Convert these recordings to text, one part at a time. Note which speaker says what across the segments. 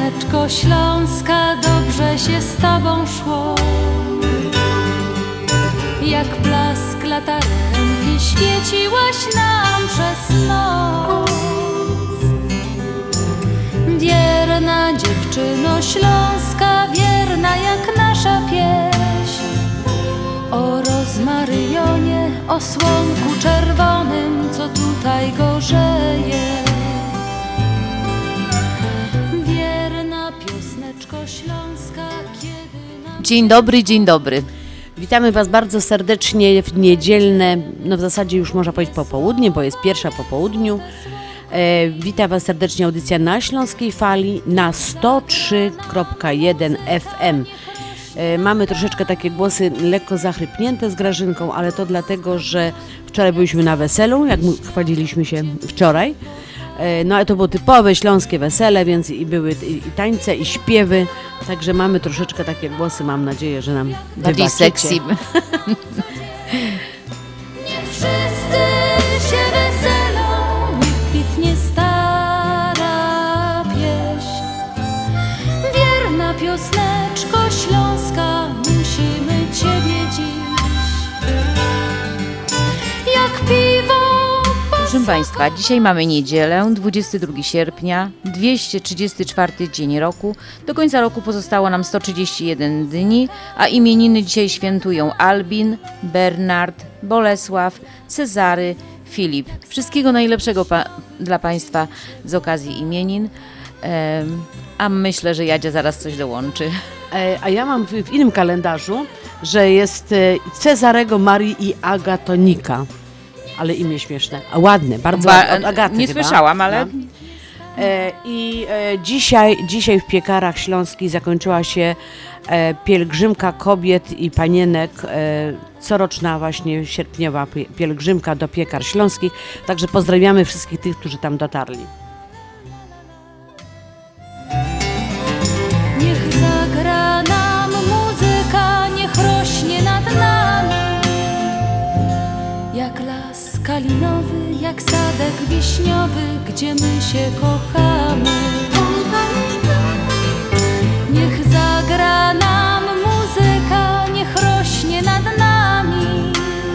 Speaker 1: Piosneczko śląska, dobrze się z tobą szło. Jak blask latarenki świeciłaś nam przez noc. Wierna dziewczyno śląska, wierna jak nasza pieśń. O rozmaryjonie, o słonku czerwonym, co tutaj gorzeje. Wierna piosneczko śląska, kiedy nam...
Speaker 2: Dzień dobry, dzień dobry.
Speaker 3: Witamy Was bardzo serdecznie w niedzielne, no w zasadzie już można powiedzieć popołudnie, bo jest pierwsza po południu. Witam Was serdecznie, audycja na Śląskiej Fali na 103.1 FM. Mamy troszeczkę takie głosy lekko zachrypnięte z Grażynką, ale to dlatego, że wczoraj byliśmy na weselu, jak chwaliliśmy się wczoraj. No ale to było typowe śląskie wesele, więc i były i tańce, i śpiewy, także mamy troszeczkę takie głosy, mam nadzieję, że nam
Speaker 2: Bardziej sexy.
Speaker 1: Niech wszyscy się weselą, niech kwitnie stara pieśń. Wierna piosneczko śląska, musimy Ciebie dziś. Jak piwo.
Speaker 2: Proszę Państwa, dzisiaj mamy niedzielę, 22 sierpnia, 234 dzień roku. Do końca roku pozostało nam 131 dni, a imieniny dzisiaj świętują Albin, Bernard, Bolesław, Cezary, Filip. Wszystkiego najlepszego dla Państwa z okazji imienin. A myślę, że Jadzia zaraz coś dołączy.
Speaker 3: A ja mam w innym kalendarzu, że jest Cezarego, Marii i Agatonika. Ale imię śmieszne, a ładne, bardzo ładne, od Agaty
Speaker 2: nie
Speaker 3: chyba.
Speaker 2: słyszałam, ale...
Speaker 3: No. Dzisiaj w Piekarach Śląskich zakończyła się pielgrzymka kobiet i panienek, coroczna właśnie sierpniowa pielgrzymka do Piekar Śląskich, także pozdrawiamy wszystkich tych, którzy tam dotarli.
Speaker 1: Niech zagra nam muzyka, niech rośnie nad nami. Jak las kalinowy, jak sadek wiśniowy, gdzie my się kochamy. Niech zagra nam muzyka, niech rośnie nad nami.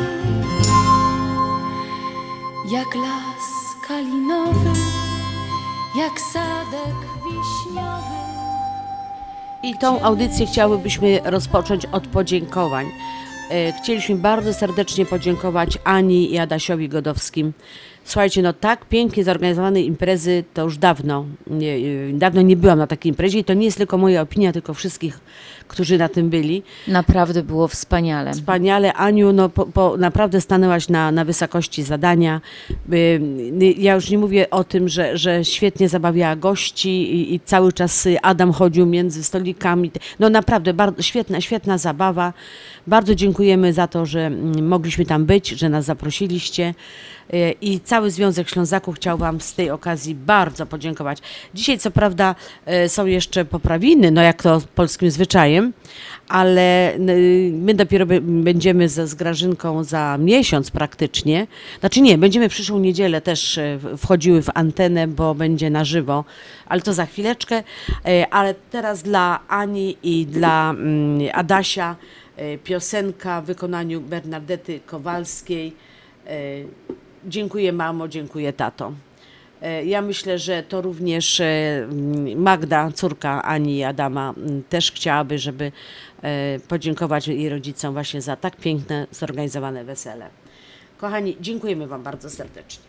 Speaker 1: Jak las kalinowy, jak sadek wiśniowy.
Speaker 3: I tą audycję chciałybyśmy rozpocząć od podziękowań. Chcieliśmy bardzo serdecznie podziękować Ani i Adasiowi Godowskim. Słuchajcie, no tak pięknie zorganizowane imprezy to już dawno nie byłam na takiej imprezie i to nie jest tylko moja opinia, tylko wszystkich, którzy na tym byli.
Speaker 2: Naprawdę było wspaniale.
Speaker 3: Wspaniale. Aniu, no naprawdę stanęłaś na wysokości zadania. Ja już nie mówię o tym, że świetnie zabawiała gości i cały czas Adam chodził między stolikami. No naprawdę, bardzo świetna zabawa. Bardzo dziękujemy za to, że mogliśmy tam być, że nas zaprosiliście. I cały Związek Ślązaków chciał Wam z tej okazji bardzo podziękować. Dzisiaj co prawda są jeszcze poprawiny, no jak to polskim zwyczajem, ale my dopiero będziemy z Grażynką za miesiąc praktycznie. Znaczy nie, będziemy przyszłą niedzielę też wchodziły w antenę, bo będzie na żywo, ale to za chwileczkę. Ale teraz dla Ani i dla Adasia piosenka w wykonaniu Bernadety Kowalskiej. Dziękuję mamo, dziękuję tato. Ja myślę, że to również Magda, córka Ani i Adama, też chciałaby, żeby podziękować jej rodzicom właśnie za tak piękne, zorganizowane wesele. Kochani, dziękujemy Wam bardzo serdecznie.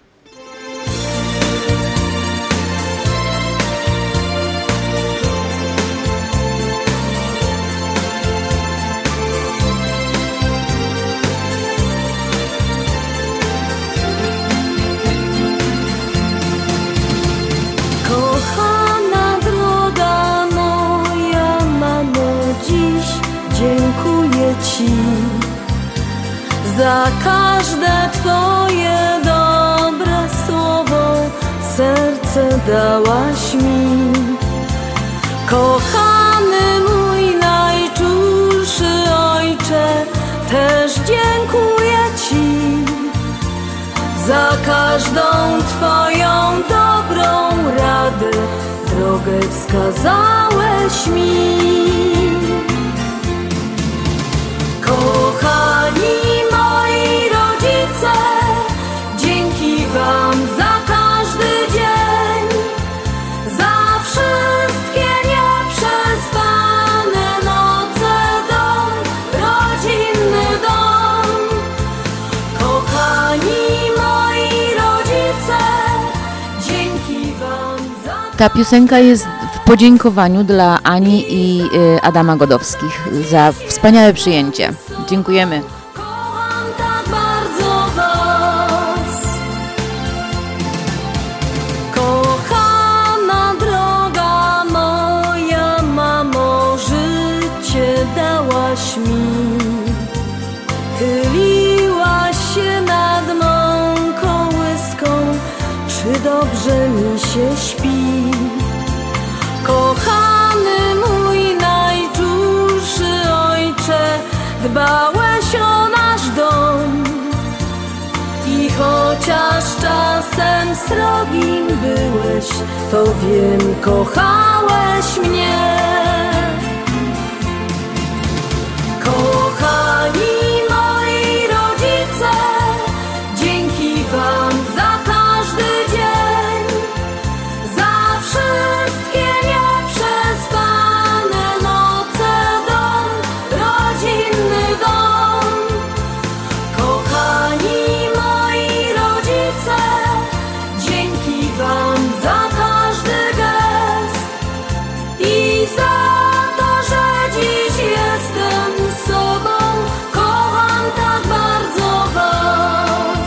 Speaker 4: Dziękuję Ci za każde Twoje dobre słowo, serce dałaś mi. Kochany mój najczulszy Ojcze, też dziękuję Ci za każdą Twoją dobrą radę, drogę wskazałeś mi. Kochani moi rodzice, dzięki wam za każdy dzień, za wszystkie nieprzespane noce, dom, rodzinny dom. Kochani moi rodzice, dzięki wam za...
Speaker 2: Ta piosenka jest w podziękowaniu dla Ani i Adama Godowskich za wspaniałe przyjęcie. Dziękujemy.
Speaker 4: Kocham tak bardzo was. Kochana droga moja mamo, życie dałaś mi. Chyliłaś się nad mą kołyską, czy dobrze mi się śpi? Kochany mój najczulszy ojcze, dbałeś o nasz dom i chociaż czasem srogim byłeś, to wiem, kochałeś mnie. Kochani moi rodzice, dzięki wam za każdy dzień, za wszystkie nieprzespane noce, dom, rodzinny dom. Kochani moi rodzice, dzięki wam za każdy gest i za to, że dziś jestem sobą. Kocham tak bardzo was.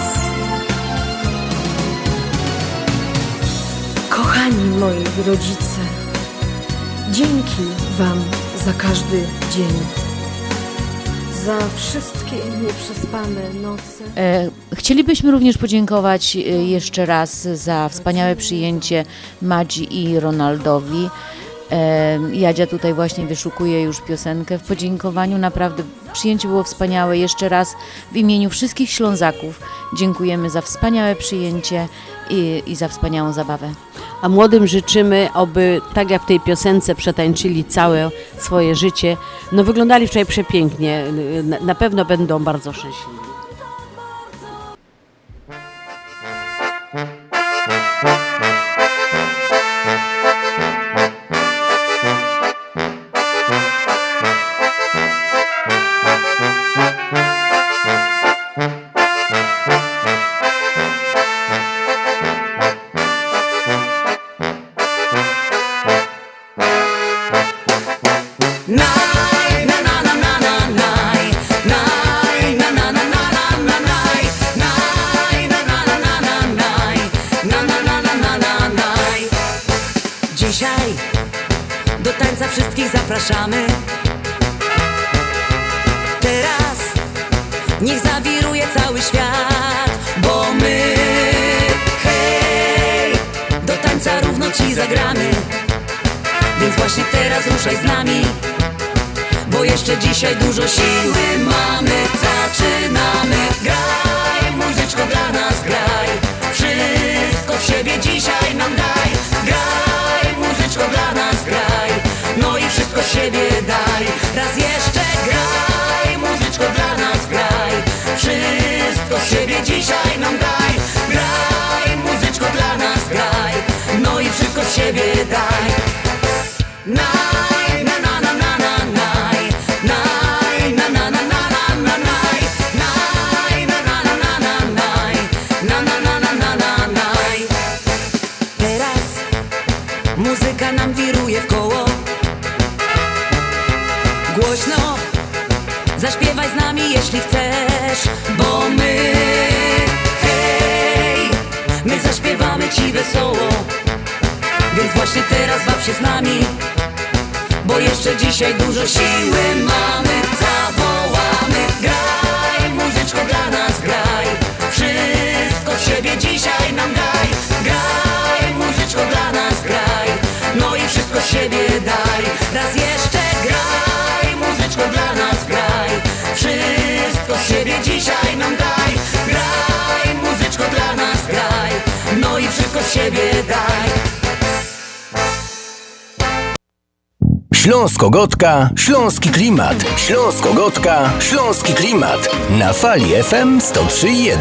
Speaker 4: Kochani moi rodzice, dzięki wam za każdy dzień, za wszystkie nieprzespane noce.
Speaker 2: Chcielibyśmy również podziękować jeszcze raz za wspaniałe przyjęcie Madzi i Ronaldowi. Jadzia tutaj właśnie wyszukuje już piosenkę w podziękowaniu. Naprawdę przyjęcie było wspaniałe. Jeszcze raz w imieniu wszystkich Ślązaków dziękujemy za wspaniałe przyjęcie i za wspaniałą zabawę.
Speaker 3: A młodym życzymy, oby tak jak w tej piosence przetańczyli całe swoje życie. No wyglądali wczoraj przepięknie. Na pewno będą bardzo szczęśliwi.
Speaker 5: Dzisiaj do tańca wszystkich zapraszamy. Teraz niech zawiruje cały świat, bo my, hej, do tańca równo ci zagramy. Więc właśnie teraz ruszaj z nami, bo jeszcze dzisiaj dużo siły mamy. Zaczynamy, graj, muzyczko dla nas graj, wszystko w siebie dzisiaj nam daj. Graj, muzyczko dla nas graj, no i wszystko z siebie daj. Raz jeszcze graj, muzyczko dla nas graj, wszystko z siebie dzisiaj nam daj. Graj, muzyczko dla nas graj, no i wszystko z siebie daj. Naj, na na na na na naj, naj, na na na na na na naj, naj, na na na na na naj, na na na na na na naj. Teraz muzyka nam wiruje w koło. Głośno zaśpiewaj z nami, jeśli chcesz, bo my, hej, my zaśpiewamy ci wesoło. Więc właśnie teraz baw się z nami, bo jeszcze dzisiaj dużo siły mamy. Zawołamy, graj, muzyczko dla nas graj, wszystko w siebie dzisiaj nam daj. Graj, muzyczko dla nas graj, no i wszystko z siebie daj. Raz jeszcze graj, muzyczko dla nas graj, wszystko z siebie dzisiaj nam daj. Graj, muzyczko dla nas graj, no i wszystko z siebie daj.
Speaker 6: Śląsko-Gotka, śląski klimat. Śląsko-Gotka, śląski klimat. Na fali FM 103.1.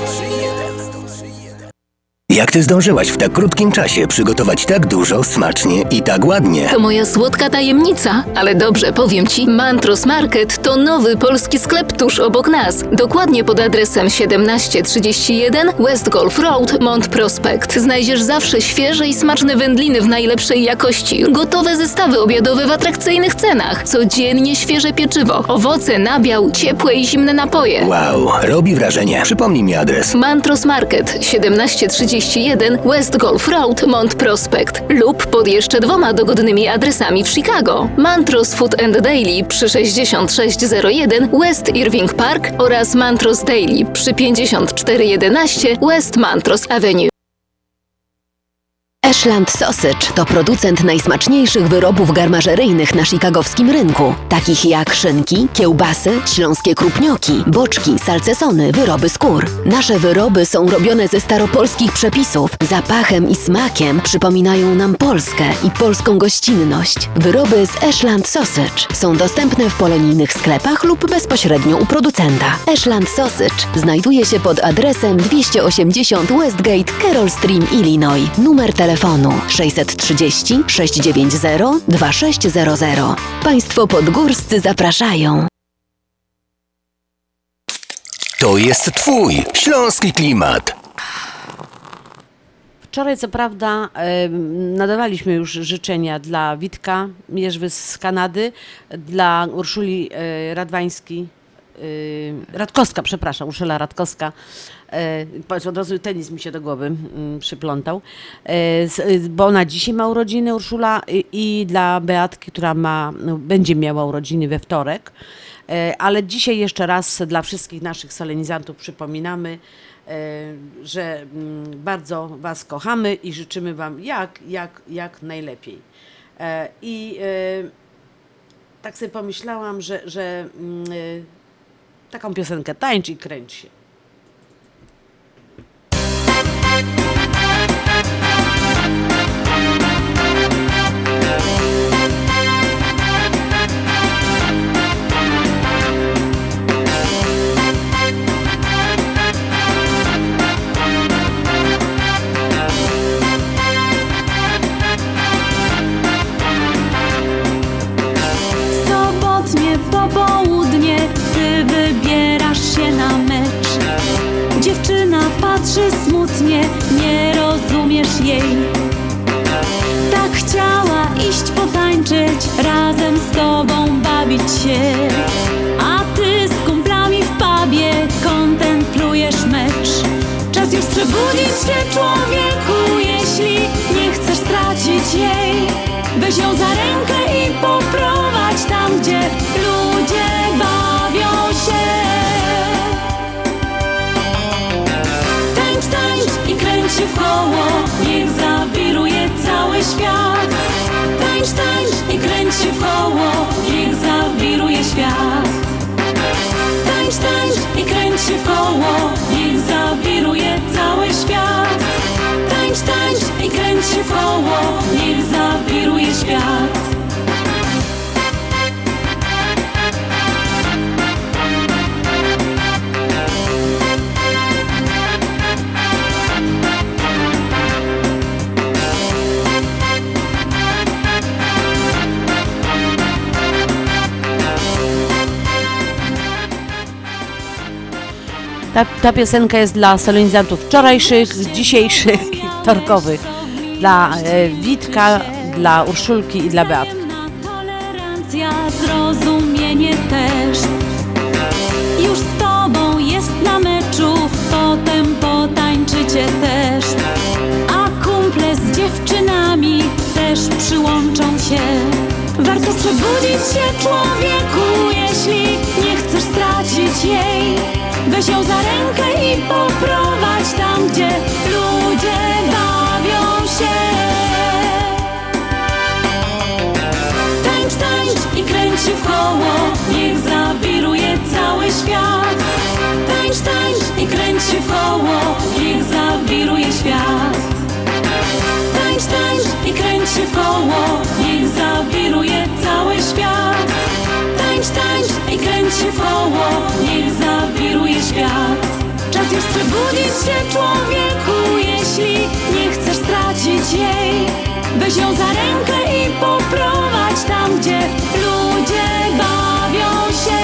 Speaker 6: Jak ty zdążyłaś w tak krótkim czasie przygotować tak dużo, smacznie i tak ładnie?
Speaker 7: To moja słodka tajemnica, ale dobrze, powiem ci. Mantros Market to nowy polski sklep tuż obok nas. Dokładnie pod adresem 1731 West Golf Road, Mont Prospect. Znajdziesz zawsze świeże i smaczne wędliny w najlepszej jakości. Gotowe zestawy obiadowe w atrakcyjnych cenach. Codziennie świeże pieczywo, owoce, nabiał, ciepłe i zimne napoje.
Speaker 6: Wow, robi wrażenie. Przypomnij mi adres.
Speaker 7: Mantros Market 1731 West Golf Road, Mont Prospect lub pod jeszcze 2 dogodnymi adresami w Chicago. Mantros Food and Daily przy 6601 West Irving Park oraz Mantros Daily przy 5411 West Mantros Avenue.
Speaker 8: Ashland Sausage to producent najsmaczniejszych wyrobów garmażeryjnych na chicagowskim rynku, takich jak szynki, kiełbasy, śląskie krupnioki, boczki, salcesony, wyroby skór. Nasze wyroby są robione ze staropolskich przepisów. Zapachem i smakiem przypominają nam Polskę i polską gościnność. Wyroby z Ashland Sausage są dostępne w polonijnych sklepach lub bezpośrednio u producenta. Ashland Sausage znajduje się pod adresem 280 Westgate, Carroll Stream, Illinois. Numer telefonu 630 690 2600. Państwo podgórscy zapraszają.
Speaker 6: To jest twój śląski klimat.
Speaker 3: Wczoraj co prawda nadawaliśmy już życzenia dla Witka Mierzwy z Kanady, dla Urszuli Urszula Radkowska. Od razu tenis mi się do głowy przyplątał, bo ona dzisiaj ma urodziny, Urszula, i dla Beatki, która będzie miała urodziny we wtorek. Ale dzisiaj jeszcze raz dla wszystkich naszych solenizantów przypominamy, że bardzo Was kochamy i życzymy Wam jak najlepiej. I tak sobie pomyślałam, że taką piosenkę tańcz i kręć się.
Speaker 1: Sobotnie popołudnie, ty wybierasz się na mecz. Dziewczyna patrzy smutnie, nie rozumiesz jej. Tak chciała iść potańczyć, razem z tobą bawić się. A ty z kumplami w pubie kontemplujesz mecz. Czas już przebudzić się, człowieku, jeśli nie chcesz stracić jej. Weź ją za rękę i poprowadź tam, gdzie ludzie bawią się. Tańcz, tańcz i kręć się w koło, niech zawiruje cały świat. Tańcz, tańcz i kręć się w koło, niech zawiruje świat. Tańcz, tańcz i kręć się w koło, niech zawiruje cały świat. Tańcz, tańcz i kręć się w koło, niech zawiruje świat.
Speaker 3: Ta piosenka jest dla solenizantów wczorajszych, dzisiejszych i wtorkowych. Dla Witka, dla Urszulki i dla Beatki.
Speaker 1: Tolerancja, zrozumienie też. Już z tobą jest na meczu, potem potańczycie też. A kumple z dziewczynami też przyłączą się. Warto przebudzić się, człowieku, jeśli nie chcesz stracić jej. Weź ją za rękę i poprowadź tam, gdzie ludzie bawią się. Tańcz, tańcz i kręć się w koło, niech zawiruje cały świat. Tańcz, tańcz i kręć się w koło, niech zawiruje świat. Tańcz, tańcz i kręć się w koło, niech zawiruje cały świat. się w koło, niech zawiruje świat. Czas już przebudzić się, człowieku, jeśli nie chcesz stracić jej. Weź ją za rękę i poprowadź tam, gdzie ludzie bawią się.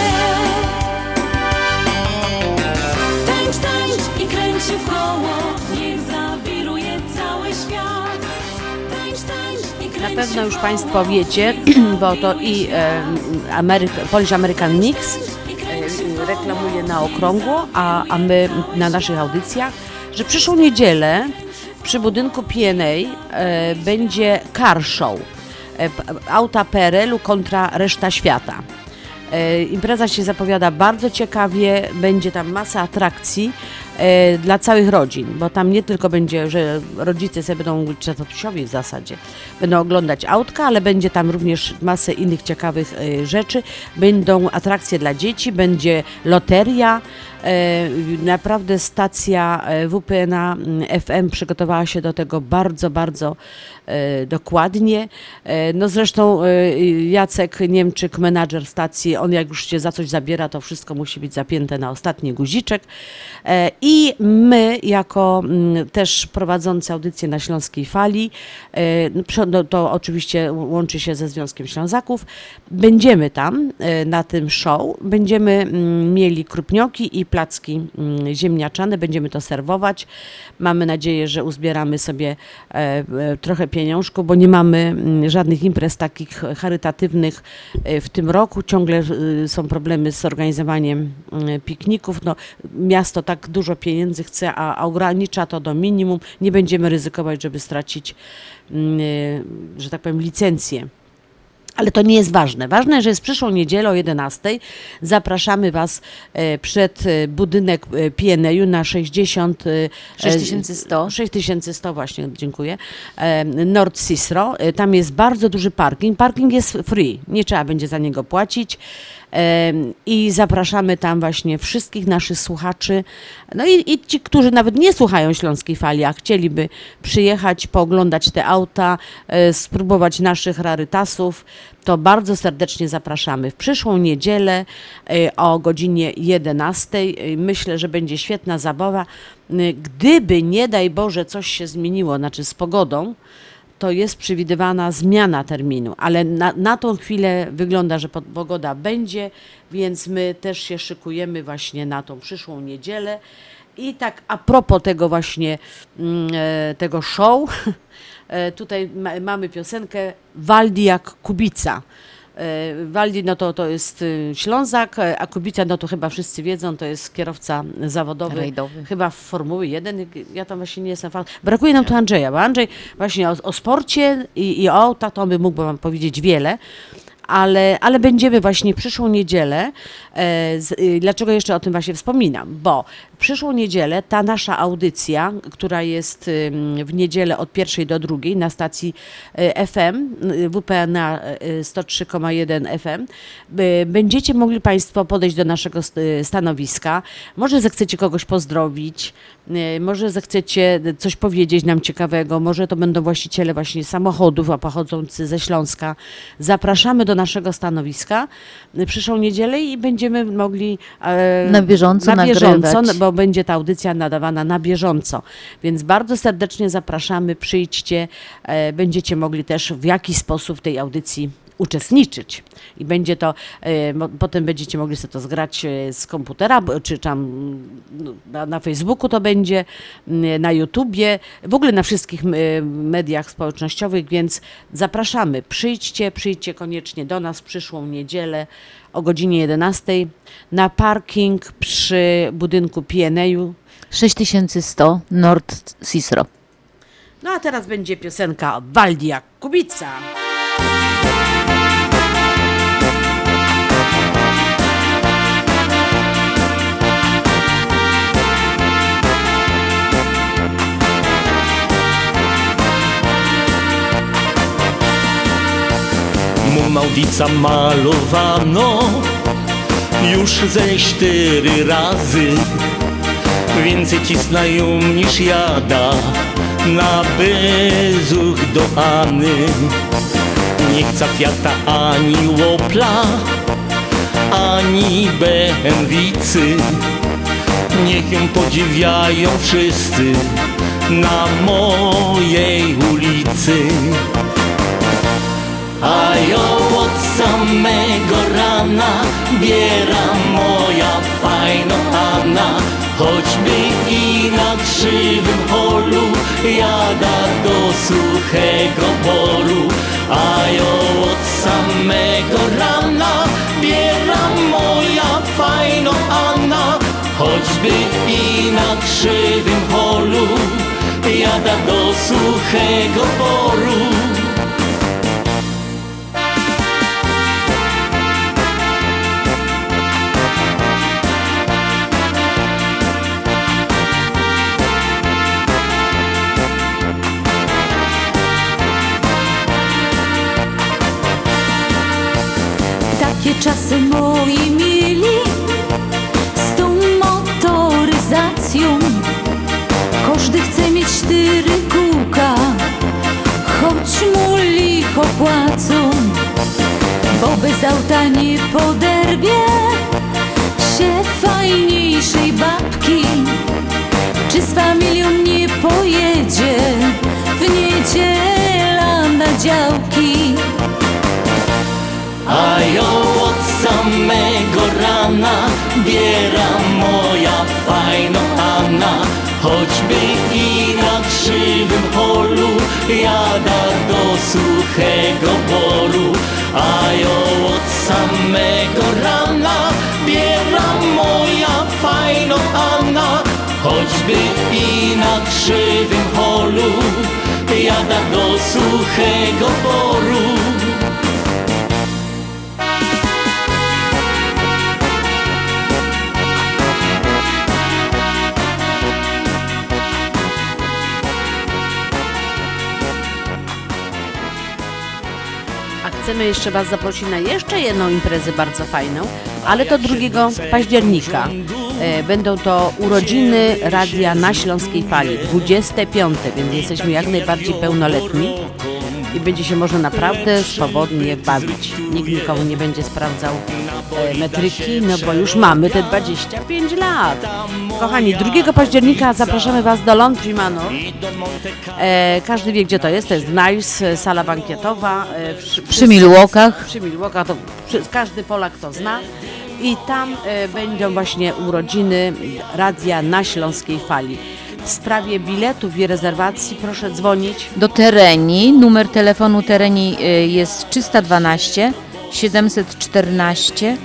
Speaker 1: Tańcz, tańcz i kręć się w koło, niech zawiruje cały świat. Tańcz, tańcz i kręć
Speaker 3: Na pewno
Speaker 1: się
Speaker 3: już
Speaker 1: w
Speaker 3: Państwo
Speaker 1: koło,
Speaker 3: wiecie,
Speaker 1: niech
Speaker 3: bo to i Polish American Mix
Speaker 1: i kręć się w koło.
Speaker 3: reklamuje na okrągło, a my na naszych audycjach, że przyszłą niedzielę przy budynku P&A będzie car show. Auta PRL-u kontra reszta świata. Impreza się zapowiada bardzo ciekawie, będzie tam masa atrakcji dla całych rodzin, bo tam nie tylko będzie, że rodzice sobie będą, czy tatusiowie w zasadzie, będą oglądać autka, ale będzie tam również masę innych ciekawych rzeczy. Będą atrakcje dla dzieci, będzie loteria. Naprawdę stacja WPNA FM przygotowała się do tego bardzo, bardzo dokładnie. No zresztą Jacek Niemczyk, menadżer stacji, on jak już się za coś zabiera, to wszystko musi być zapięte na ostatni guziczek. I my, jako też prowadzący audycję na Śląskiej Fali, to oczywiście łączy się ze Związkiem Ślązaków, będziemy tam na tym show, będziemy mieli krupnioki i placki ziemniaczane, będziemy to serwować. Mamy nadzieję, że uzbieramy sobie trochę pieniążków, bo nie mamy żadnych imprez takich charytatywnych w tym roku. Ciągle są problemy z organizowaniem pikników. No, miasto tak dużo pieniędzy chce, a ogranicza to do minimum. Nie będziemy ryzykować, żeby stracić, że tak powiem, licencję. Ale to nie jest ważne. Ważne, że jest przyszłą niedzielę o 11:00. Zapraszamy Was przed budynek P&A na 6100 właśnie, dziękuję. North Cicero. Tam jest bardzo duży parking. Parking jest free, nie trzeba będzie za niego płacić. I zapraszamy tam właśnie wszystkich naszych słuchaczy, no i ci, którzy nawet nie słuchają Śląskiej Fali, a chcieliby przyjechać, pooglądać te auta, spróbować naszych rarytasów, to bardzo serdecznie zapraszamy. W przyszłą niedzielę o godzinie 11:00. Myślę, że będzie świetna zabawa. Gdyby, nie daj Boże, coś się zmieniło, znaczy z pogodą, to jest przewidywana zmiana terminu, ale na tą chwilę wygląda, że pogoda będzie, więc my też się szykujemy właśnie na tą przyszłą niedzielę. I tak a propos tego właśnie, tego show, tutaj mamy piosenkę Waldi jak Kubica. Waldi, no to jest Ślązak, a Kubica, no to chyba wszyscy wiedzą, to jest kierowca zawodowy,
Speaker 2: Rajdowy.
Speaker 3: chyba w Formuły 1, ja tam właśnie nie jestem fan. Brakuje nam tu Andrzeja, bo Andrzej właśnie o sporcie i o autach, to on by mógł wam powiedzieć wiele. Ale będziemy właśnie przyszłą niedzielę. Dlaczego jeszcze o tym właśnie wspominam? Bo w przyszłą niedzielę ta nasza audycja, która jest w niedzielę od 1 do 2 na stacji FM, WPNA 103,1 FM, będziecie mogli Państwo podejść do naszego stanowiska. Może zechcecie kogoś pozdrowić, może zechcecie coś powiedzieć nam ciekawego, może to będą właściciele właśnie samochodów, a pochodzący ze Śląska. Zapraszamy do naszego stanowiska przyszłą niedzielę i będziemy mogli
Speaker 2: na bieżąco nagrywać.
Speaker 3: Bo będzie ta audycja nadawana na bieżąco. Więc bardzo serdecznie zapraszamy, przyjdźcie, będziecie mogli też w jakiś sposób w tej audycji uczestniczyć. I będzie to, potem będziecie mogli sobie to zgrać z komputera, czy tam na Facebooku to będzie, na YouTubie, w ogóle na wszystkich mediach społecznościowych, więc zapraszamy. Przyjdźcie koniecznie do nas w przyszłą niedzielę o godzinie 11:00 na parking przy budynku P&A.
Speaker 2: 6100 North Cicero.
Speaker 3: No a teraz będzie piosenka Waldi jak Kubica.
Speaker 9: Maudica malowano już ze 4 razy. Więcej cisnają niż jada na bezuch do Any. Nie chce Fiata ani Łopla, ani bębenwicy. Niech ją podziwiają wszyscy na mojej ulicy. A ją od samego rana biera moja fajna Anna, choćby i na krzywym polu jada do suchego boru. A ją od samego rana biera moja fajna Anna, choćby i na krzywym polu jada do suchego boru.
Speaker 1: Takie czasy moi mieli z tą motoryzacją. Każdy chce mieć 4 kółka, choć mu licho płacą, bo bez auta nie poderwie się fajniejszej babki, czy z familią nie pojedzie w niedziela na działki.
Speaker 9: A ją od samego rana biera moja fajna Anna, choćby i na krzywym polu jada do suchego boru. A ją od samego rana biera moja fajna Anna, choćby i na krzywym polu jada do suchego boru.
Speaker 3: Chcemy jeszcze Was zaprosić na jeszcze jedną imprezę bardzo fajną, ale to 2 października. Będą to urodziny radia na Śląskiej Fali, 25, więc jesteśmy jak najbardziej pełnoletni i będzie się można naprawdę swobodnie bawić. Nikt nikomu nie będzie sprawdzał metryki, no bo już mamy te 25 lat. Kochani, 2 października zapraszamy Was do Laundry Manor. Każdy wie, gdzie to jest Nice, sala bankietowa.
Speaker 2: Przy Milwaukee'ach.
Speaker 3: Przy Milwaukee'ach, to każdy Polak to zna. I tam będą właśnie urodziny radia na Śląskiej Fali. W sprawie biletów i rezerwacji proszę dzwonić
Speaker 2: Do Tereni. Numer telefonu Tereni jest 312 714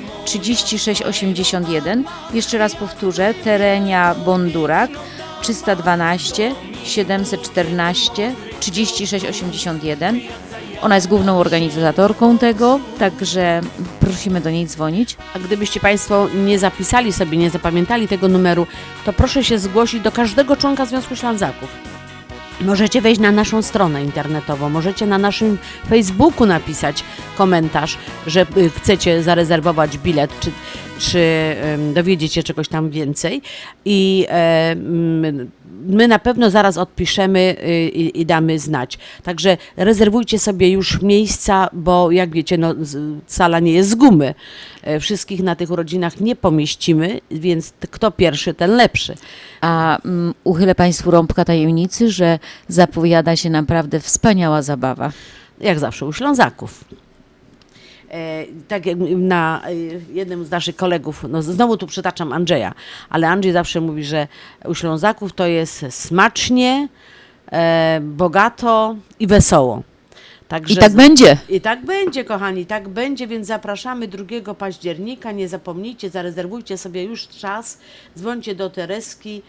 Speaker 2: 3681. Jeszcze raz powtórzę. Terenia Bondurak 312 714 3681. Ona jest główną organizatorką tego, także prosimy do niej dzwonić.
Speaker 3: A gdybyście Państwo nie zapisali sobie, nie zapamiętali tego numeru, to proszę się zgłosić do każdego członka Związku Ślązaków. Możecie wejść na naszą stronę internetową, możecie na naszym Facebooku napisać komentarz, że chcecie zarezerwować bilet, czy dowiedzieć się czegoś tam więcej. I my na pewno zaraz odpiszemy i damy znać. Także rezerwujcie sobie już miejsca, bo jak wiecie, no, sala nie jest z gumy. Wszystkich na tych urodzinach nie pomieścimy, więc kto pierwszy, ten lepszy.
Speaker 2: A uchylę Państwu rąbka tajemnicy, że zapowiada się naprawdę wspaniała zabawa.
Speaker 3: Jak zawsze u Ślązaków. Tak jak na jednym z naszych kolegów, no znowu tu przytaczam Andrzeja, ale Andrzej zawsze mówi, że u Ślązaków to jest smacznie, bogato i wesoło. Także,
Speaker 2: I tak będzie.
Speaker 3: I tak będzie, kochani, tak będzie, więc zapraszamy 2 października, nie zapomnijcie, zarezerwujcie sobie już czas, dzwońcie do Tereski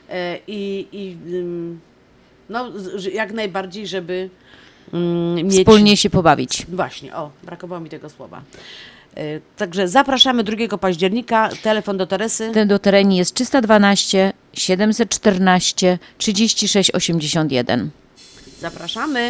Speaker 3: no, jak najbardziej, żeby mieć...
Speaker 2: Wspólnie się pobawić.
Speaker 3: Właśnie, brakowało mi tego słowa. Także zapraszamy 2 października, telefon do Teresy.
Speaker 2: Ten do Tereni jest 312 714 3681.
Speaker 3: Zapraszamy.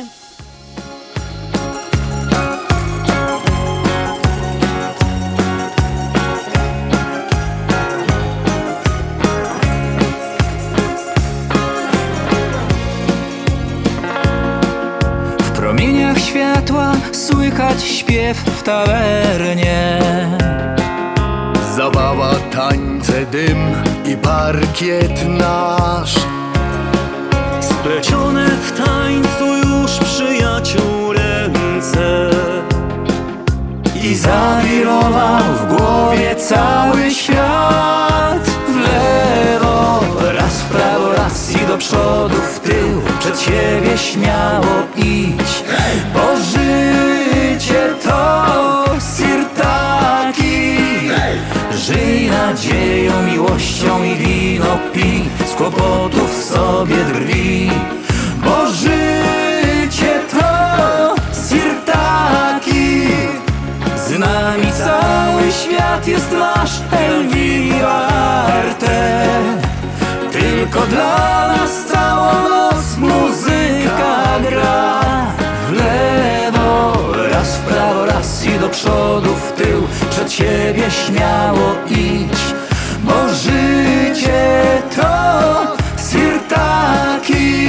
Speaker 10: W promieniach światła słychać śpiew w tawernie. Zabawa, tańce, dym i parkiet nasz.
Speaker 9: Splecione w tańcu już przyjaciół ręce.
Speaker 10: I zawirował w głowie cały świat. W lewo, raz w prawo, raz i do przodu, w tył. Przed siebie śmiało idź, bo życie to sirtaki. Żyj nadzieją, miłością i wino pij, z kłopotów sobie drwi, bo życie to sirtaki. Z nami cały świat jest nasz, Elvira Arte. Tylko dla nas całą noc muzyka gra. W lewo, raz w prawo, raz i do przodu, w tył. Przed siebie śmiało idź, bo życie to sirtaki.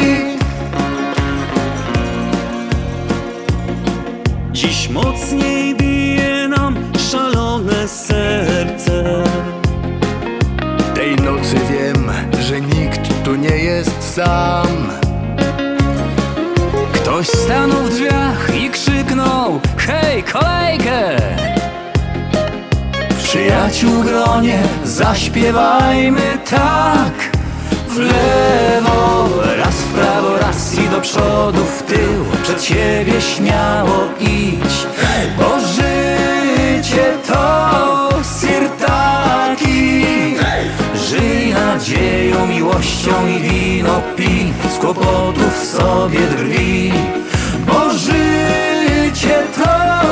Speaker 9: Dziś mocniej bije nam szalone serce.
Speaker 10: Tej nocy wiem, że nikt tu nie jest sam. Ktoś stanął w drzwiach i krzyknął: hej, kolejkę! W przyjaciół gronie zaśpiewajmy tak. W lewo, raz w prawo, raz i do przodu, w tył. Przed siebie śmiało idź, bo życie to sirtaki. Żyj nadzieją, miłością i wino pij, z kłopotów sobie drwi, bo życie to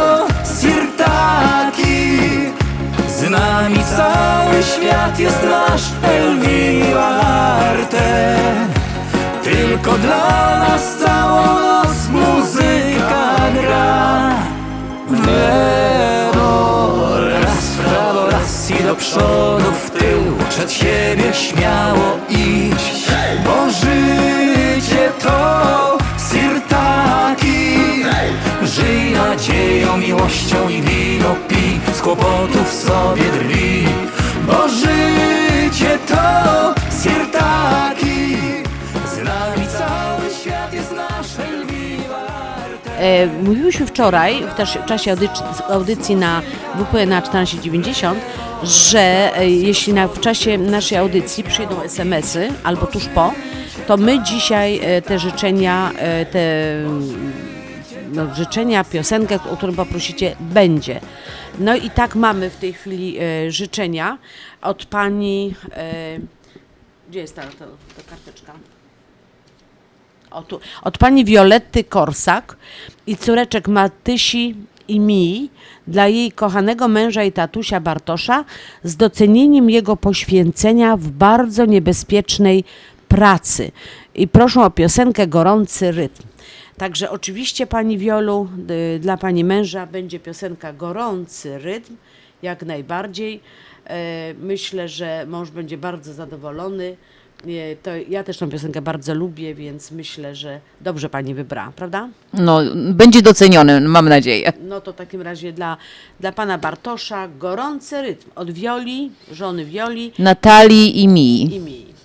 Speaker 10: sirtaki. Z nami cały świat jest nasz, Elvira Arte. Tylko dla nas całą noc muzyka gra. W lewo, raz w prawo, raz i do przodu, w tył. Przed siebie śmiało idź, bo życie to sirtaki. Żyj nadzieją, miłością i wino pij, z kłopotów sobie drwi, bo życie to sirtaki. Z nami cały świat jest nasz, Elvira Arte.
Speaker 3: Mówiłyśmy wczoraj, też w czasie audycji na WP na 1490, że jeśli w czasie naszej audycji przyjdą SMS-y albo tuż po, to my dzisiaj te życzenia, życzenia, piosenkę, o którą poprosicie, będzie. No i tak mamy w tej chwili życzenia od pani... gdzie jest ta karteczka? O, tu. Od pani Violetty Korsak i córeczek Matysi i Mii dla jej kochanego męża i tatusia Bartosza z docenieniem jego poświęcenia w bardzo niebezpiecznej pracy. I proszą o piosenkę Gorący rytm. Także oczywiście pani Wiolu, dla pani męża będzie piosenka Gorący rytm, jak najbardziej. Myślę, że mąż będzie bardzo zadowolony. To ja też tą piosenkę bardzo lubię, więc myślę, że dobrze pani wybrała, prawda?
Speaker 2: No, będzie doceniony, mam nadzieję.
Speaker 3: No to w takim razie dla pana Bartosza Gorący rytm od Wioli, żony Wioli,
Speaker 2: Natalii i Mii.
Speaker 3: i Mii.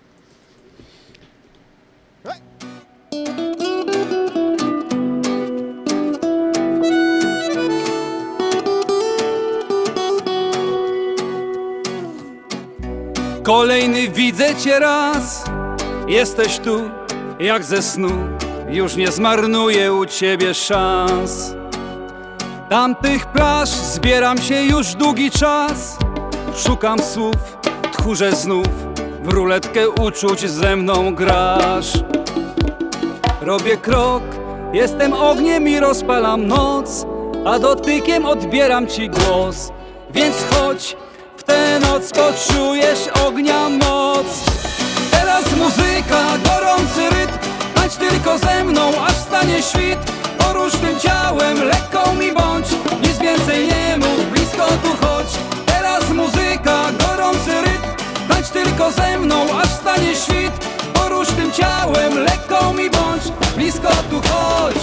Speaker 11: Kolejny widzę cię raz, jesteś tu jak ze snu, już nie zmarnuję u ciebie szans. Tamtych plaż zbieram się już długi czas, szukam słów, tchórzę znów, w ruletkę uczuć ze mną grasz. Robię krok, jestem ogniem i rozpalam noc, a dotykiem odbieram ci głos, więc chodź, w tę noc poczujesz ognia moc. Teraz muzyka, gorący rytm, tańcz tylko ze mną, aż wstanie świt. Porusz tym ciałem, lekką mi bądź, nic więcej nie mów, blisko tu chodź. Teraz muzyka, gorący rytm, tańcz tylko ze mną, aż wstanie świt. Porusz tym ciałem, lekką mi bądź, blisko tu chodź.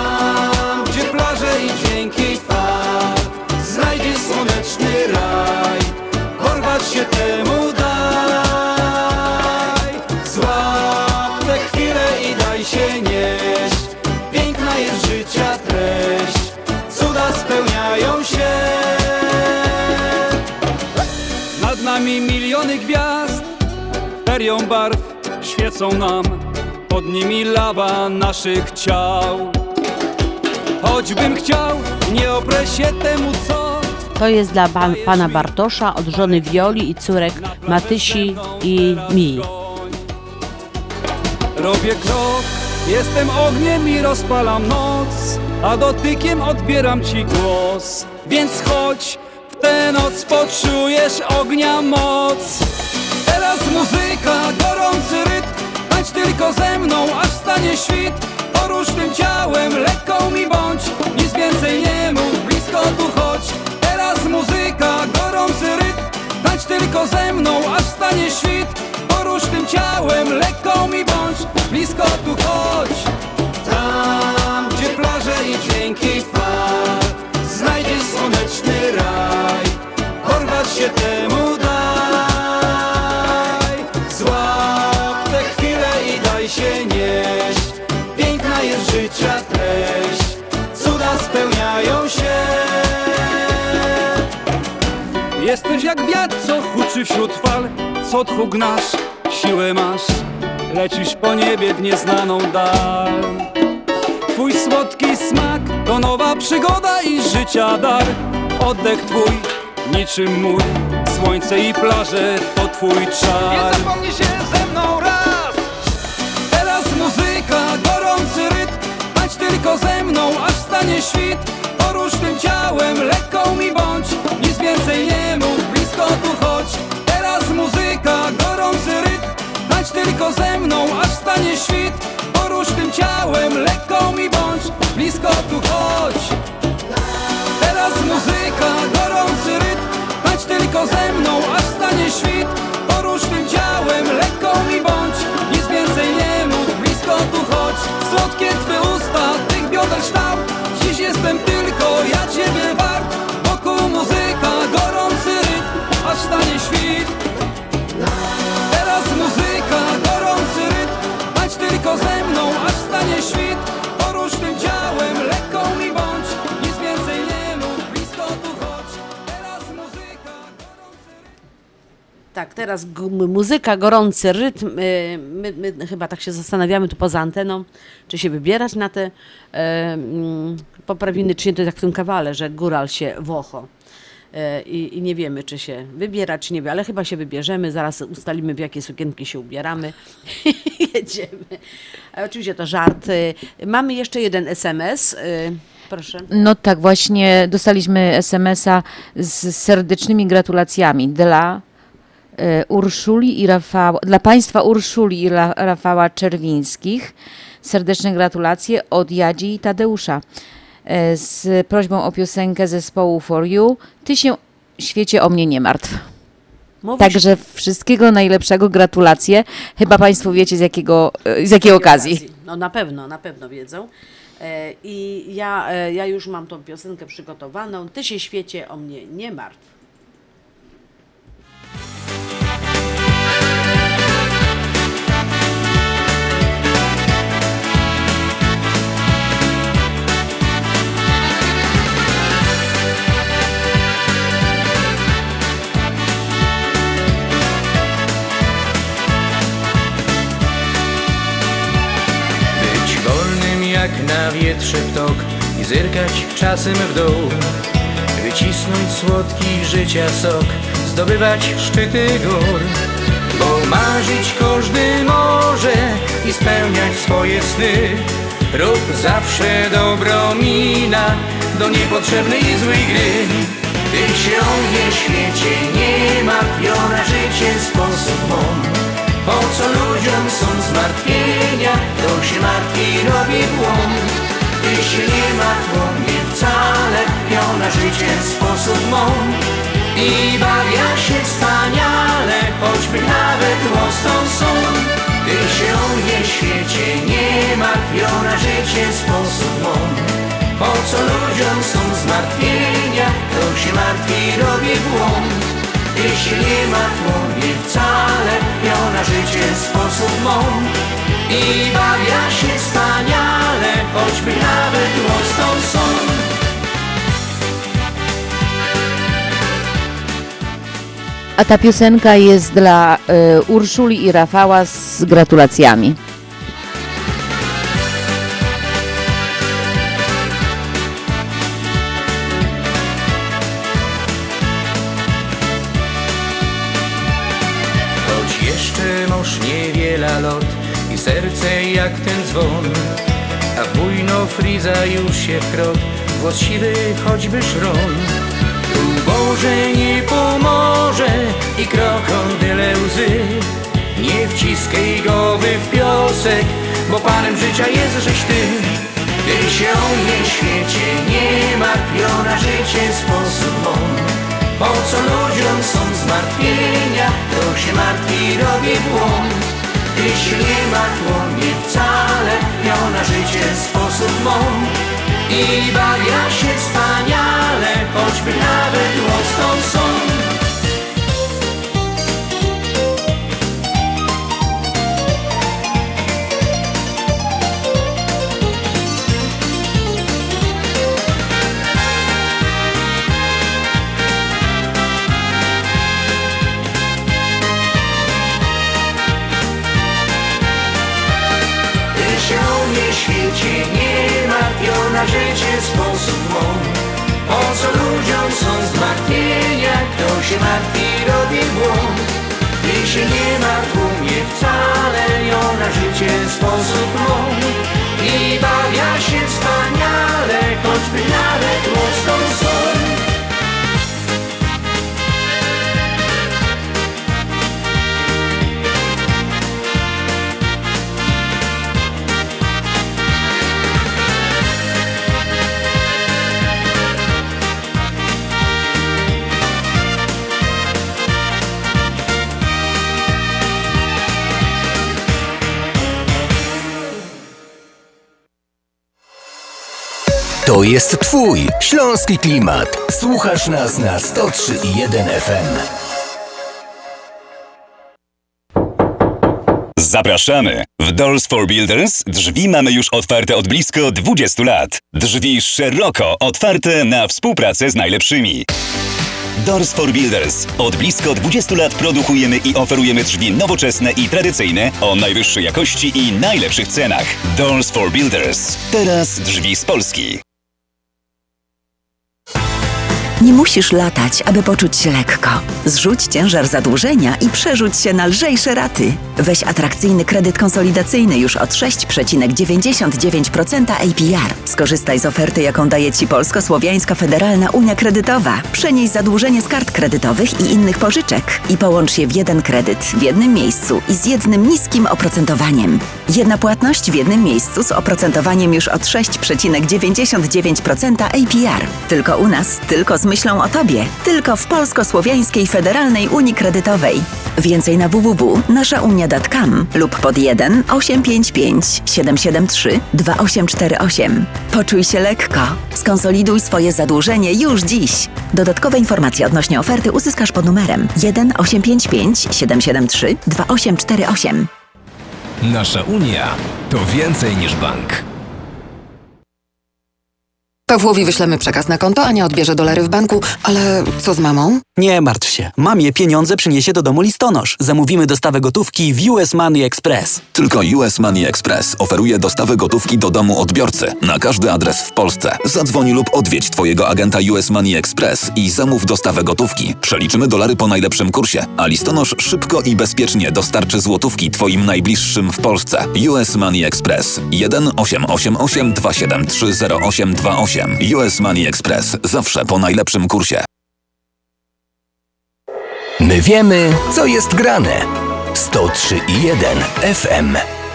Speaker 11: Tam, gdzie plaże i dźwięki fal, znajdziesz słoneczny raj. miliony gwiazd ferią barw świecą nam, pod nimi lawa naszych ciał. Choćbym chciał, nie oprę się temu, co.
Speaker 3: To jest dla pana Bartosza od żony Wioli i córek Matysi i Mii.
Speaker 11: Robię krok, jestem ogniem i rozpalam noc, a dotykiem odbieram ci głos. Więc chodź, w tę noc poczujesz ognia moc. Teraz muzyka, gorący rytm, tańcz tylko ze mną, aż stanie świt. Porusz tym ciałem, lekką mi bądź, nic więcej nie mów, blisko tu chodź. Teraz muzyka, gorący rytm, tańcz tylko ze mną, aż stanie świt. Porusz tym ciałem, lekką mi bądź, blisko tu chodź. Tam, gdzie plaże i dźwięki fal, znajdziesz słoneczny raj. Porwać się temu daj. Złap tę chwilę i daj się nieść. Piękna jest życia treść, cuda spełniają się. Jesteś jak wiatr, co huczy wśród fal, co tchu gnasz, siłę masz, lecisz po niebie w nieznaną dal. Twój słodki smak to nowa przygoda i życia dar. Oddech twój, niczym mój, słońce i plaże to twój czar. Nie zapomnij się ze mną raz. Teraz muzyka, gorący rytm, tańcz tylko ze mną, aż stanie świt. Porusz tym ciałem, lekką mi bądź, nic więcej nie mów, blisko tu chodź. Teraz muzyka, gorący rytm, tańcz tylko ze mną, aż stanie świt. Porusz tym ciałem, lekką mi bądź, blisko tu chodź. Teraz muzyka, gorący rytm, tańcz tylko ze mną, aż stanie świt. Porusz tym ciałem, lekką mi bądź, nic więcej nie mów, blisko tu chodź. Słodkie twe usta, tych bioder kształt, dziś jestem tylko ja ciebie wart. Wokół muzyka, gorący rytm, aż stanie świt. Teraz muzyka, gorący rytm, tańcz tylko ze mną, aż stanie świt. Porusz tym ciałem, lekką mi bądź, nic więcej nie mów, blisko tu chodź. Teraz muzyka, gorący rytm.
Speaker 3: Tak, teraz muzyka, gorący rytm. My chyba tak się zastanawiamy tu poza anteną, czy się wybierać na te poprawiny, czy nie. To jest jak w tym kawale, że góral się włocho. I nie wiemy, czy się wybierać, czy nie wiem, ale chyba się wybierzemy, zaraz ustalimy, w jakie sukienki się ubieramy. Jedziemy. Oczywiście to żart. Mamy jeszcze jeden SMS. Proszę.
Speaker 2: No tak, właśnie dostaliśmy SMS-a z serdecznymi gratulacjami dla Urszuli i Rafała, dla Państwa Urszuli i Rafała Czerwińskich. Serdeczne gratulacje od Jadzi i Tadeusza. Z prośbą o piosenkę zespołu For You. Ty się, świecie, o mnie nie martw. Także wszystkiego najlepszego, gratulacje. Chyba Państwo wiecie z jakiej okazji.
Speaker 3: No na pewno wiedzą. I ja już mam tą piosenkę przygotowaną. Ty się, świecie, o mnie nie martw.
Speaker 12: Jak na wietrze ptok i zerkać czasem w dół, wycisnąć słodki życia sok, zdobywać szczyty gór. Bo marzyć każdy może i spełniać swoje sny. Rób zawsze dobro mina do niepotrzebnej i złej gry. Ty się o mnie, świecie, nie martwiona, życie sposób mą. Po co ludziom są zmartwienia, kto się martwi, robi błąd. Ty się nie martw o mnie wcale, ona życie sposób mą. I bawia się wspaniale, choćby nawet łostą są. Ty się o mnie, świecie, nie martw, ona życie sposób mą. Po co ludziom są zmartwienia, kto się martwi, robi błąd. Ty się nie martw o mnie wcale, ona życie sposób mą. I bawia się wspaniale, choćby nawet łostą są.
Speaker 2: A ta piosenka jest dla Urszuli i Rafała z gratulacjami.
Speaker 12: Choć jeszcze masz niewiele lat i serce jak ten dzwon, a w bujno friza już się wkrot, głos siwy choćby szron. Boże nie pomoże i krokodyle łzy, nie wciskaj głowy w piosek, bo Panem życia jest żeś Ty. Ty się o mnie świecie nie martw, na życie sposób on. Po co ludziom są zmartwienia, to się martwi robi błąd. Ty się nie martw o mnie wcale, miał na życie sposób mąd. I bawia się wspaniale, choćby nawet łostą są. Ty się o mnie świecie nie martw, na życie sposób mąd. Po co ludziom są zmartwienia, kto się martwi robi błąd. Ty się nie martw u mnie wcale, na życie sposób mąd. I bawia się wspaniale, choćby nawet łostą są.
Speaker 6: To jest Twój śląski klimat. Słuchasz nas na 103,1 FM.
Speaker 13: Zapraszamy! W Doors for Builders drzwi mamy już otwarte od blisko 20 lat. Drzwi szeroko otwarte na współpracę z najlepszymi. Doors for Builders. Od blisko 20 lat produkujemy i oferujemy drzwi nowoczesne i tradycyjne o najwyższej jakości i najlepszych cenach. Doors for Builders. Teraz drzwi z Polski.
Speaker 14: Nie musisz latać, aby poczuć się lekko. Zrzuć ciężar zadłużenia i przerzuć się na lżejsze raty. Weź atrakcyjny kredyt konsolidacyjny już od 6,99% APR. Skorzystaj z oferty, jaką daje Ci Polsko-Słowiańska Federalna Unia Kredytowa. Przenieś zadłużenie z kart kredytowych i innych pożyczek i połącz je w jeden kredyt w jednym miejscu i z jednym niskim oprocentowaniem. Jedna płatność w jednym miejscu z oprocentowaniem już od 6,99% APR. Tylko u nas, tylko z myślą o Tobie. Tylko w Polsko-Słowiańskiej Federalnej Unii Kredytowej. Więcej na www.naszaunia.com lub pod 1 855 773 2848. Poczuj się lekko. Skonsoliduj swoje zadłużenie już dziś. Dodatkowe informacje odnośnie oferty uzyskasz pod numerem 1 855 773 2848.
Speaker 15: Nasza Unia to więcej niż bank.
Speaker 16: Pawłowi wyślemy przekaz na konto, Ania odbierze dolary w banku, ale co z mamą?
Speaker 17: Nie martw się. Mamie pieniądze przyniesie do domu listonosz. Zamówimy dostawę gotówki w US Money Express.
Speaker 18: Tylko US Money Express oferuje dostawę gotówki do domu odbiorcy na każdy adres w Polsce. Zadzwoń lub odwiedź Twojego agenta US Money Express i zamów dostawę gotówki. Przeliczymy dolary po najlepszym kursie, a listonosz szybko i bezpiecznie dostarczy złotówki Twoim najbliższym w Polsce. US Money Express 1 888 273 0828. US Money Express. Zawsze po najlepszym kursie.
Speaker 6: My wiemy, co jest grane. 103,1 FM.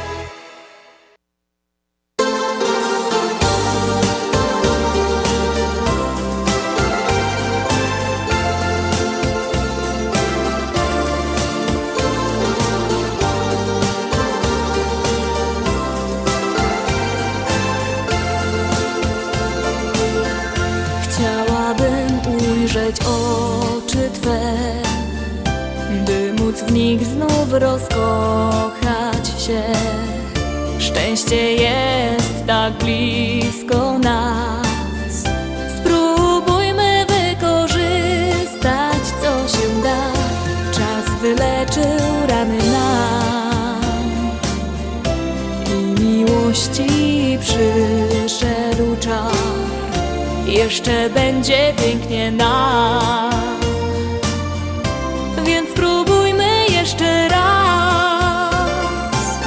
Speaker 4: Chciałabym ujrzeć oczy Twe, by móc w nich znów rozkochać się. Szczęście jest tak blisko nas. Spróbujmy wykorzystać, co się da.
Speaker 1: jeszcze będzie pięknie nam. Więc spróbujmy jeszcze raz.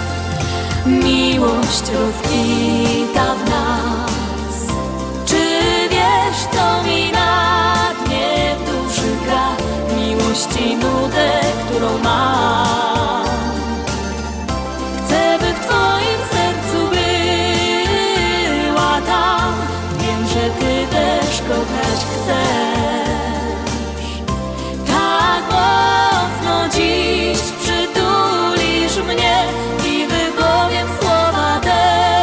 Speaker 1: Miłość rozkwita w nas. Czy wiesz, co mi na dnie w duszy gra? Miłości nudę, którą mam. Chcę, by w twoim sercu była tam. Wiem, że ty też kochać chcesz. Tak mocno dziś przytulisz mnie i wypowiem słowa te.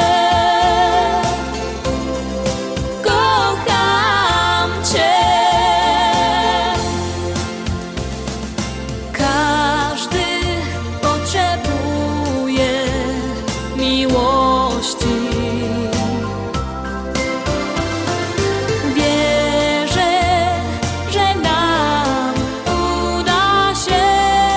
Speaker 1: Kocham cię. Każdy potrzebuje miłości. Wierzę, że nam uda się.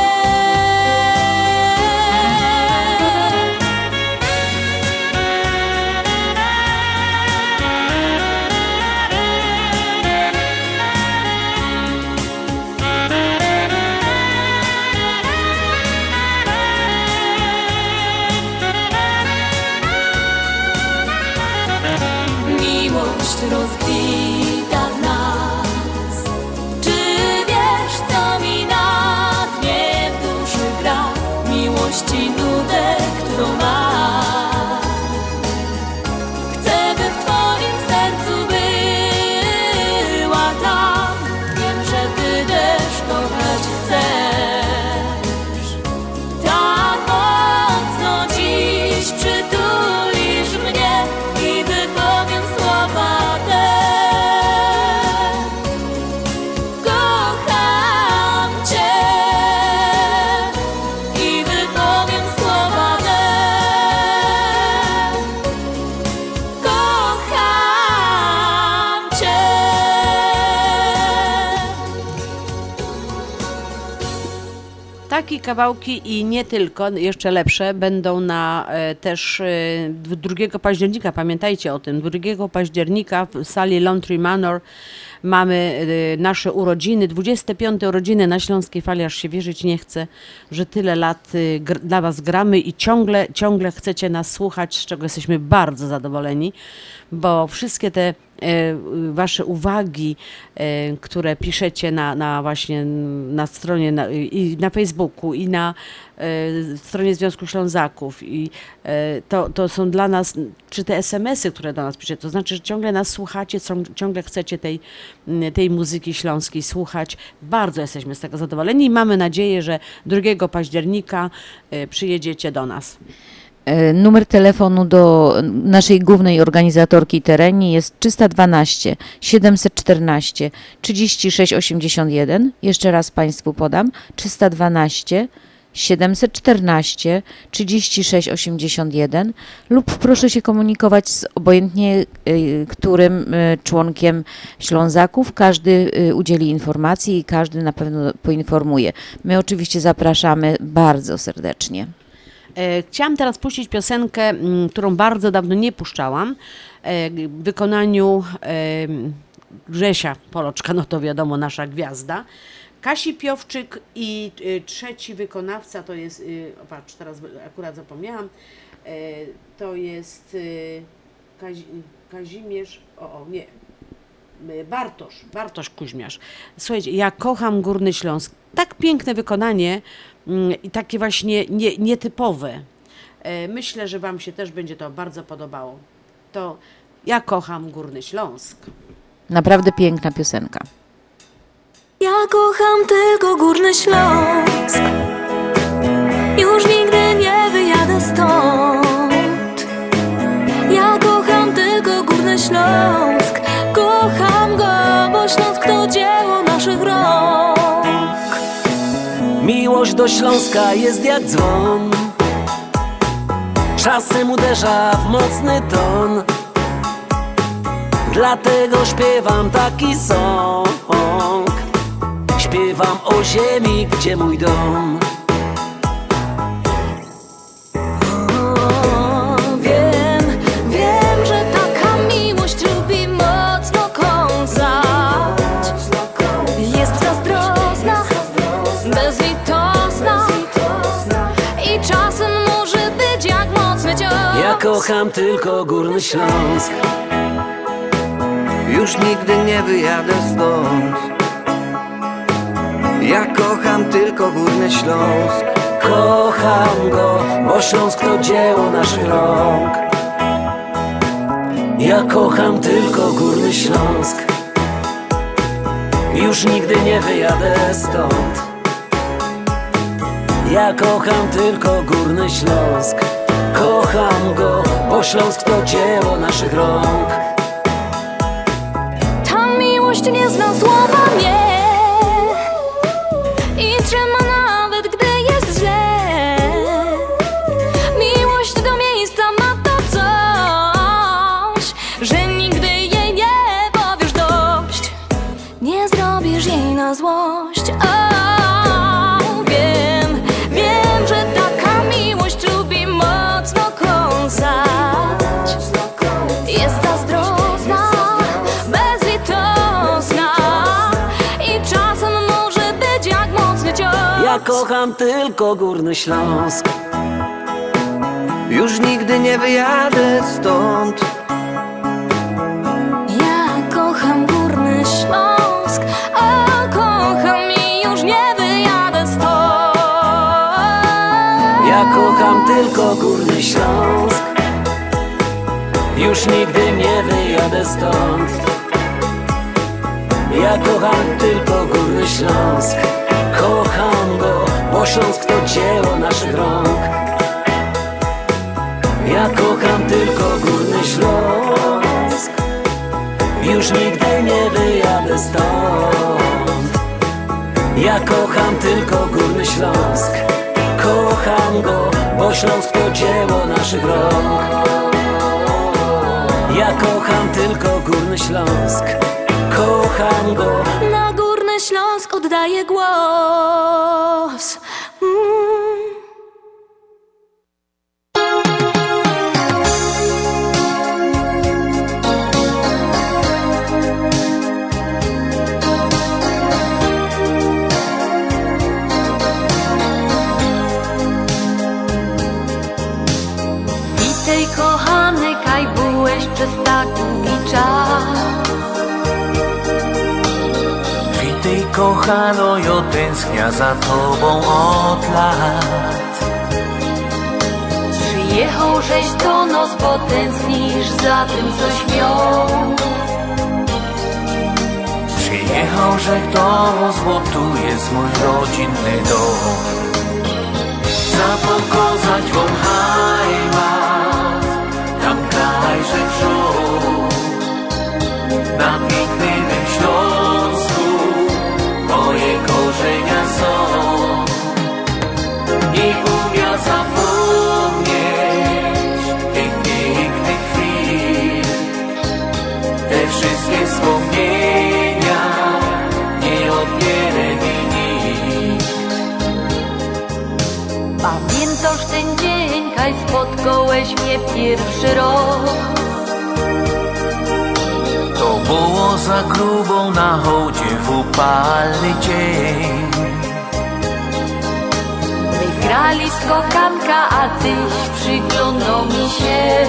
Speaker 1: Miłość rozkwita w nas. Czy wiesz, co mi na dnie w duszy gra? Miłości nudę, którą mam. Chcę, by w twoim sercu była tam. Wiem, że ty też kochać chcesz. Tak mocno dziś przytulisz mnie i wypowiem słowa te. Kocham cię i wypowiem słowa te. Kocham cię.
Speaker 3: Takie kawałki i nie tylko, jeszcze lepsze, będą na też 2 października, pamiętajcie o tym, 2 października w sali Laundry Manor mamy nasze urodziny, 25. urodziny na Śląskiej Fali, aż się wierzyć nie chce, że tyle lat dla was gramy i ciągle chcecie nas słuchać, z czego jesteśmy bardzo zadowoleni, bo wszystkie te wasze uwagi, które piszecie właśnie na stronie i na Facebooku i na stronie Związku Ślązaków i to są dla nas, czy te SMS-y, które do nas piszecie, to znaczy, że ciągle nas słuchacie, ciągle chcecie tej muzyki śląskiej słuchać. Bardzo jesteśmy z tego zadowoleni i mamy nadzieję, że 2 października przyjedziecie do nas.
Speaker 2: Numer telefonu do naszej głównej organizatorki terenie jest 312 714 36 81. Jeszcze raz Państwu podam. 312 714 36 81 lub proszę się komunikować z obojętnie którym członkiem Ślązaków. Każdy udzieli informacji i każdy na pewno poinformuje. My oczywiście zapraszamy bardzo serdecznie.
Speaker 3: Chciałam teraz puścić piosenkę, którą bardzo dawno nie puszczałam, w wykonaniu Grzesia Poloczka, no to wiadomo, nasza gwiazda, Kasi Piowczyk i trzeci wykonawca to jest, patrz, teraz akurat zapomniałam, to jest Kazimierz, nie, Bartosz Kuźmiarz. Słuchajcie, ja kocham Górny Śląsk. Tak piękne wykonanie i takie właśnie nietypowe. Myślę, że wam się też będzie to bardzo podobało. To ja kocham Górny Śląsk.
Speaker 2: Naprawdę piękna piosenka.
Speaker 1: Ja kocham tylko Górny Śląsk. Już nigdy nie wyjadę stąd. Ja kocham tylko Górny Śląsk. Kocham go, bo Śląsk to dzieło naszych rąk.
Speaker 19: Miłość do Śląska jest jak dzwon. Czasem uderza w mocny ton. Dlatego śpiewam taki song. Śpiewam o ziemi, gdzie mój dom.
Speaker 1: Wiem, że taka miłość lubi moc
Speaker 19: kocham tylko Górny Śląsk.
Speaker 20: Już nigdy nie wyjadę stąd. Ja kocham tylko Górny Śląsk.
Speaker 19: Kocham go, bo Śląsk to dzieło naszych rąk. Ja kocham tylko Górny Śląsk. Już nigdy nie wyjadę stąd. Ja kocham tylko Górny Śląsk. Kocham go, bo Śląsk to dzieło naszych rąk.
Speaker 1: Ta miłość nie zna słowa nie i trzyma nawet gdy jest źle. Miłość do miejsca ma to coś, że nigdy jej nie powiesz dość. Nie zrobisz jej na złość. Wiem, że taka miłość lubi mocno kąsać. Jest zazdrosna, bezlitosna i czasem może być jak mocny cios.
Speaker 19: Ja kocham tylko Górny Śląsk.
Speaker 20: Już nigdy nie wyjadę stąd.
Speaker 1: Ja kocham Górny Śląsk, a kocham i już nie wyjadę stąd.
Speaker 19: Ja kocham tylko Górny Śląsk. Już nigdy nie wyjadę stąd. Ja kocham tylko Górny Śląsk. Kocham go, bo Śląsk to dzieło naszych rąk. Ja kocham tylko Górny Śląsk. Już nigdy nie wyjadę stąd. Ja kocham tylko Górny Śląsk. Kocham go, bo Śląsk to dzieło naszych rąk. Ja kocham tylko Górny Śląsk. Kocham go.
Speaker 1: Na Górny Śląsk oddaję głos.
Speaker 21: Witaj kochany, kaj byłeś przez tak długi czas.
Speaker 22: Witaj kochano, ja tęsknia za tobą od lat.
Speaker 21: Przyjechał żeś do nas, bo tęsknisz za tym, coś miał.
Speaker 22: Przyjechał żeś do nas, bo tu jest mój rodzinny dom. Zapokazać wam heimat, tam kraj żech żył. Na pięknym Śląsku moje korzenia są. Nie umiem zapomnieć tych pięknych chwil. Te wszystkie wspomnienia nie odbierze mi nikt.
Speaker 21: Pamiętasz ten dzień, kaj spotkałeś mnie pierwszy raz?
Speaker 22: To było za grubą na hołdzie w upalny dzień.
Speaker 21: My grali skokanka, a tyś przyglądał mi się.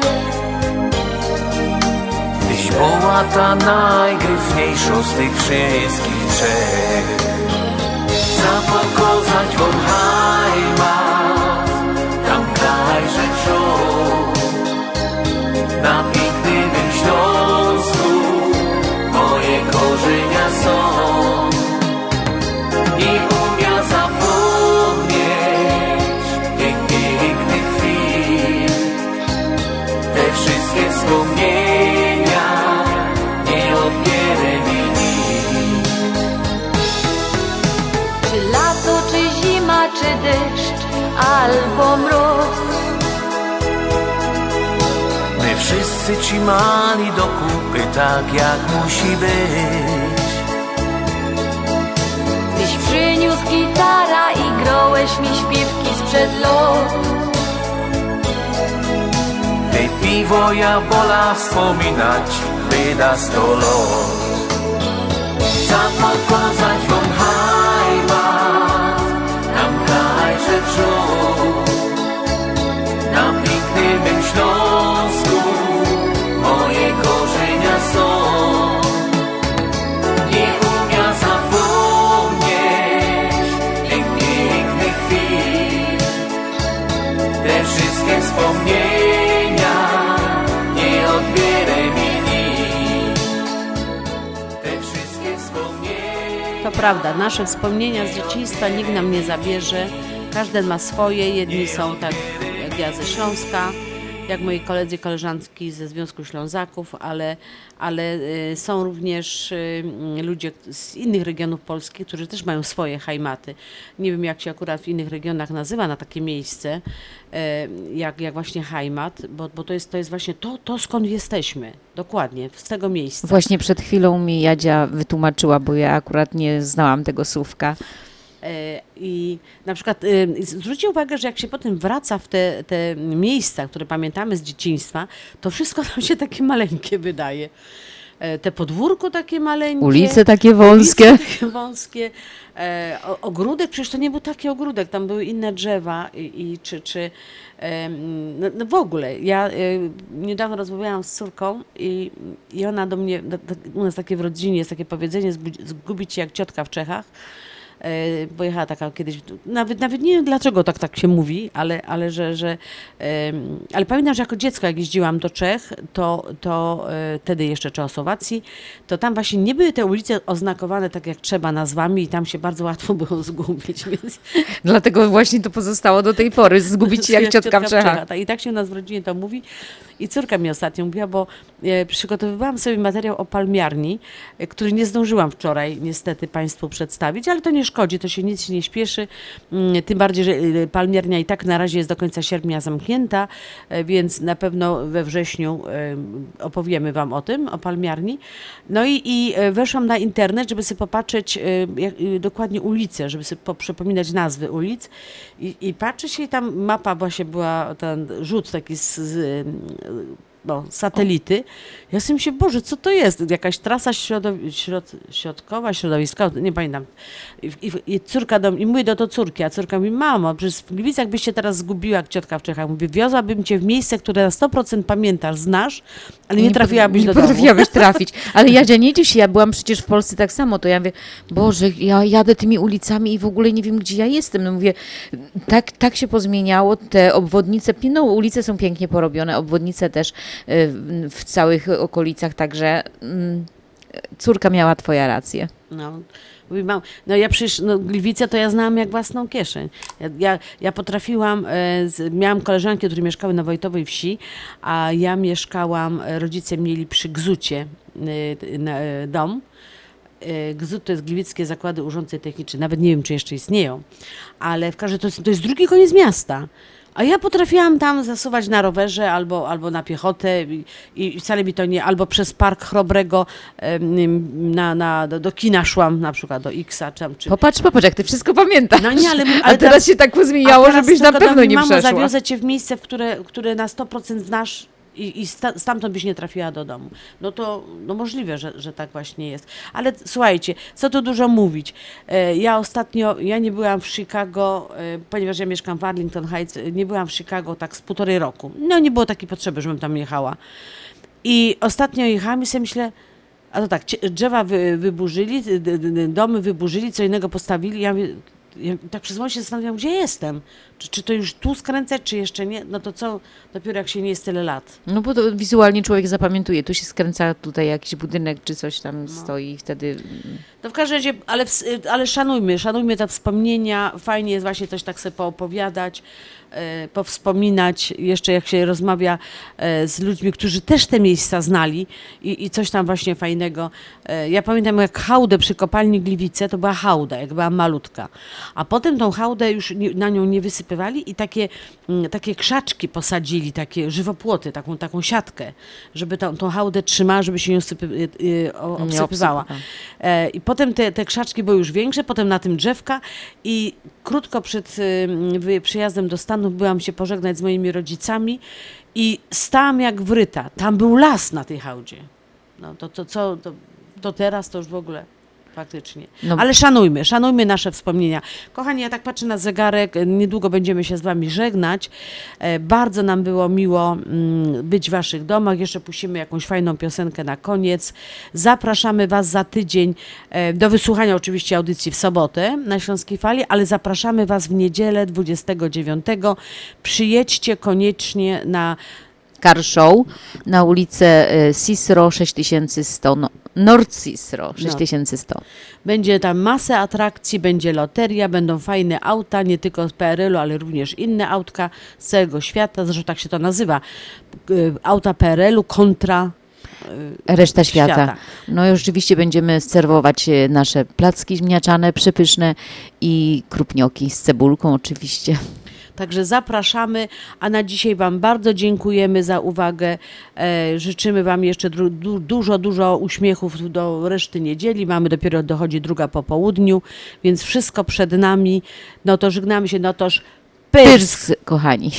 Speaker 22: Tyś była ta najgryfniejsza z tych wszystkich trzech. Zapokazać wam heimat, tam kraj żech żył. Na pięknym Śląsku moje korzenia są. Nie umiem zapomnieć tych pięknych chwil. Te wszystkie wspomnienia nie odbierze mi nikt.
Speaker 21: Czy lato, czy zima, czy deszcz, albo mróz.
Speaker 22: My wszyscy trzymali do kupy tak jak musi być.
Speaker 21: Tyś przyniósł gitara i grałeś mi śpiewki sprzed lat.
Speaker 22: Ty piwo ja bola wspominać wyda 100 lat. Zapokazać wam heimat, tam kraj żech żył. Na pięknym Śląsku
Speaker 3: To prawda, nasze wspomnienia z dzieciństwa nikt nam nie zabierze. Każdy ma swoje, jedni są tak jak ja ze Śląska, jak moi koledzy i koleżanki ze Związku Ślązaków, ale są również ludzie z innych regionów Polski, którzy też mają swoje hajmaty. Nie wiem, jak się akurat w innych regionach nazywa na takie miejsce, jak właśnie hajmat, bo to jest właśnie to, skąd jesteśmy. Dokładnie, z tego miejsca.
Speaker 2: Właśnie przed chwilą mi Jadzia wytłumaczyła, bo ja akurat nie znałam tego słówka.
Speaker 3: I na przykład zwróćcie uwagę, że jak się potem wraca w te miejsca, które pamiętamy z dzieciństwa, to wszystko nam się takie maleńkie wydaje. Te podwórko takie maleńkie.
Speaker 2: Ulice takie wąskie.
Speaker 3: Ogródek, przecież to nie był taki ogródek, tam były inne drzewa no w ogóle. Ja niedawno rozmawiałam z córką i ona do mnie, u nas takie w rodzinie jest takie powiedzenie, zgubić się jak ciotka w Czechach. Pojechała taka kiedyś, nawet nie wiem dlaczego tak się mówi, ale pamiętam, że jako dziecko jak jeździłam do Czech, to wtedy jeszcze Czechosłowacji, to tam właśnie nie były te ulice oznakowane tak jak trzeba nazwami i tam się bardzo łatwo było zgubić. Więc...
Speaker 2: Dlatego właśnie to pozostało do tej pory, zgubić się jak ciotka w Czechach.
Speaker 3: I tak się u nas w rodzinie to mówi. I córka mi ostatnio mówiła, bo przygotowywałam sobie materiał o palmiarni, który nie zdążyłam wczoraj niestety Państwu przedstawić, ale to nie szkodzi, to się nic nie śpieszy, tym bardziej, że palmiarnia i tak na razie jest do końca sierpnia zamknięta, więc na pewno we wrześniu opowiemy Wam o tym, o palmiarni. No i weszłam na internet, żeby sobie popatrzeć dokładnie ulice, żeby sobie przypominać nazwy ulic i patrzę się i tam mapa właśnie była, ten rzut taki satelity. Ja sobie myślę, Boże, co to jest? Jakaś trasa środkowa, środowiskowa, nie pamiętam. I córka i mówię do córki, a córka mówi, mamo, przecież w Gliwicach byś się teraz zgubiła jak ciotka w Czechach. Mówię, wiozłabym cię w miejsce, które na 100% pamiętasz, znasz, ale nie trafiłabyś do domu. Nie
Speaker 2: potrafiłabyś trafić. Ale Jadzia, nie dziś się, ja byłam przecież w Polsce tak samo, to ja mówię, Boże, ja jadę tymi ulicami i w ogóle nie wiem, gdzie ja jestem. No mówię, tak się pozmieniało, te obwodnice, no ulice są pięknie porobione, obwodnice też w całych okolicach, także córka miała twoja rację.
Speaker 3: No ja przecież Gliwice to ja znałam jak własną kieszeń. Ja potrafiłam, miałam koleżanki, które mieszkały na Wojtowej Wsi, a ja mieszkałam, rodzice mieli przy Gzucie dom. GZUT to jest Gliwickie Zakłady Urządzeń Technicznych, nawet nie wiem, czy jeszcze istnieją, ale w każdym razie to jest drugi koniec miasta. A ja potrafiłam tam zasuwać na rowerze albo na piechotę i wcale mi to nie, albo przez Park Chrobrego do kina szłam, na przykład do X-a. Czy...
Speaker 2: Popatrz, jak ty wszystko pamiętasz.
Speaker 3: No nie, ale
Speaker 2: teraz tam, się tak pozmieniało, żebyś na pewno nie przeszła.
Speaker 3: Mamo, zawiozę cię w miejsce, które na 100% znasz i stamtąd byś nie trafiła do domu. No to możliwe, że tak właśnie jest. Ale słuchajcie, co tu dużo mówić. Ja nie byłam w Chicago, ponieważ ja mieszkam w Arlington Heights, nie byłam w Chicago tak z 1,5 roku. No nie było takiej potrzeby, żebym tam jechała. I ostatnio jechałam i sobie myślę, a to tak, drzewa wyburzyli, domy wyburzyli, co innego postawili. Ja tak przez moment się zastanawiam, gdzie jestem. Czy to już tu skręcać, czy jeszcze nie? No to co, dopiero jak się nie jest tyle lat.
Speaker 2: No bo to wizualnie człowiek zapamiętuje. Tu się skręca, tutaj jakiś budynek, czy coś tam stoi i wtedy...
Speaker 3: No w każdym razie, ale szanujmy te wspomnienia. Fajnie jest właśnie coś tak sobie poopowiadać, powspominać. Jeszcze jak się rozmawia z ludźmi, którzy też te miejsca znali i coś tam właśnie fajnego. Ja pamiętam, jak hałdę przy kopalni Gliwice, to była hałda, jak była malutka. A potem tą hałdę już na nią nie wysypywali i takie krzaczki posadzili, takie żywopłoty, taką siatkę, żeby tą hałdę trzymała, żeby się nie obsypywała. I potem te krzaczki były już większe, potem na tym drzewka i krótko przed przyjazdem do Stanów byłam się pożegnać z moimi rodzicami i stałam jak wryta. Tam był las na tej hałdzie. No to teraz to już w ogóle faktycznie. No. Ale szanujmy nasze wspomnienia. Kochani, ja tak patrzę na zegarek, niedługo będziemy się z Wami żegnać. Bardzo nam było miło być w Waszych domach. Jeszcze puścimy jakąś fajną piosenkę na koniec. Zapraszamy Was za tydzień do wysłuchania oczywiście audycji w sobotę na Śląskiej Fali, ale zapraszamy Was w niedzielę 29. Przyjedźcie koniecznie na
Speaker 2: Car Show na ulicę Cicero 6100, Nord Cicero 6100.
Speaker 3: Będzie tam masę atrakcji, będzie loteria, będą fajne auta, nie tylko z PRL-u, ale również inne autka z całego świata, zresztą tak się to nazywa. Auta PRL-u kontra
Speaker 2: reszta świata. No i rzeczywiście będziemy serwować nasze placki ziemniaczane, przepyszne i krupnioki z cebulką oczywiście.
Speaker 3: Także zapraszamy, a na dzisiaj Wam bardzo dziękujemy za uwagę. Życzymy Wam jeszcze dużo uśmiechów do reszty niedzieli. Dochodzi 2 po południu, więc wszystko przed nami. No to żegnamy się, no toż
Speaker 2: Pyrsk, kochani.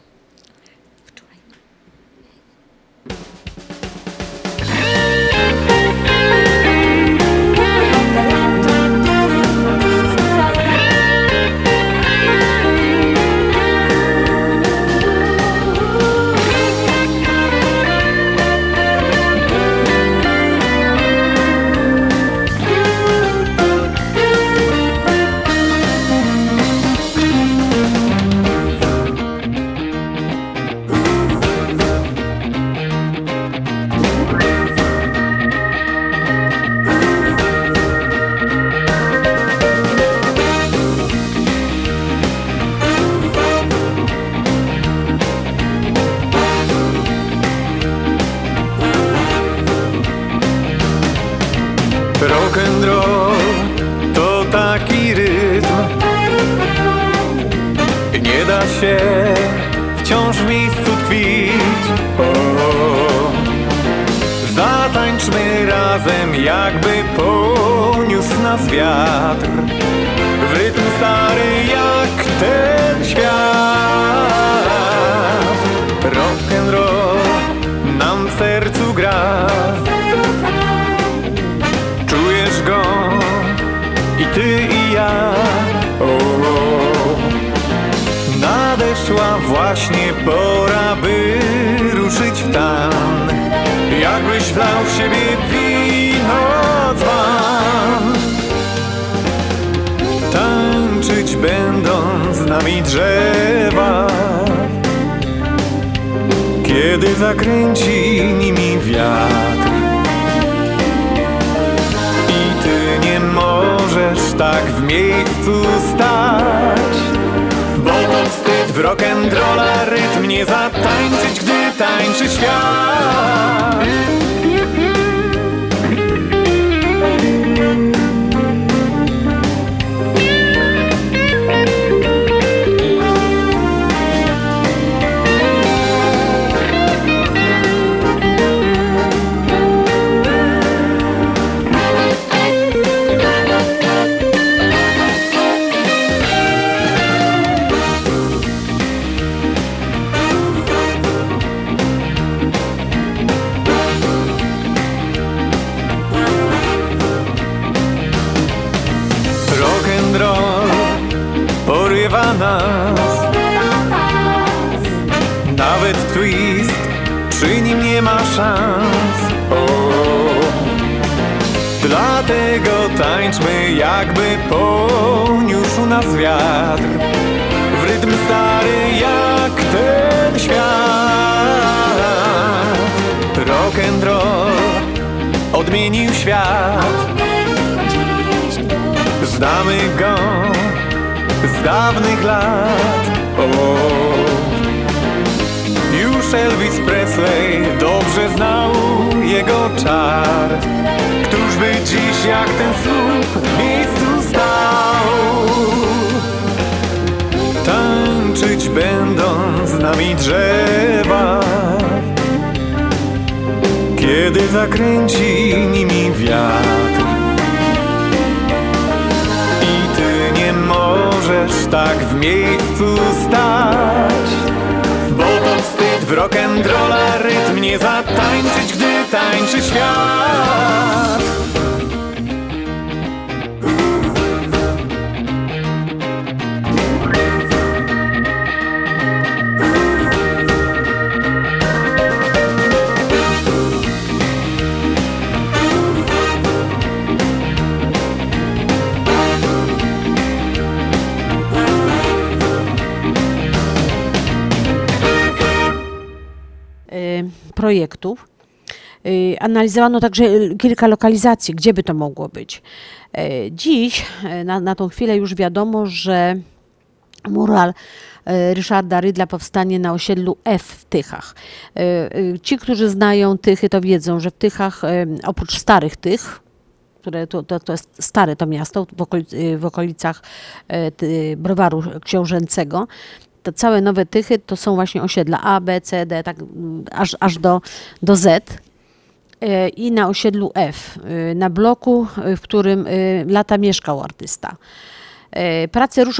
Speaker 12: Rock'n'roll to taki rytm, nie da się wciąż w miejscu tkwić. Zatańczmy razem, jakby poniósł nas wiatr, w rytm stary jak ten świat. Rock'n'roll nam w sercu gra, czujesz go i ty i ja. Nadeszła właśnie pora, by ruszyć w tan, jakbyś wlał w siebie wino dzban. Tańczyć będą z nami drzewa, kiedy zakręci nimi wiatr. Nie możesz tak w miejscu stać, bo to wstyd w rock'n'rolla rytm nie zatańczyć, gdy tańczy świat. Porywa nas, nawet twist przy nim nie ma szans. Dlatego tańczmy, jakby poniósł nas wiatr, w rytm stary jak ten świat. Rock'n'roll odmienił świat, znamy go z dawnych lat. Już Elvis Presley dobrze znał jego czar. Któż by dziś jak ten słup w miejscu stał? Tańczyć będą z nami drzewa, kiedy zakręci nimi wiatr. Możesz tak w miejscu stać, bo to wstyd w rock'n'rolla rytm nie zatańczyć, gdy tańczy świat.
Speaker 3: projektów. Analizowano także kilka lokalizacji, gdzie by to mogło być. Dziś, na tą chwilę już wiadomo, że mural Ryszarda Rydla powstanie na osiedlu F w Tychach. Ci, którzy znają Tychy, to wiedzą, że w Tychach oprócz starych Tych, które to jest stare to miasto w okolicach Browaru Książęcego, to całe nowe Tychy to są właśnie osiedla A, B, C, D, tak aż do Z. I na osiedlu F, na bloku, w którym lata mieszkał artysta. Prace ruszą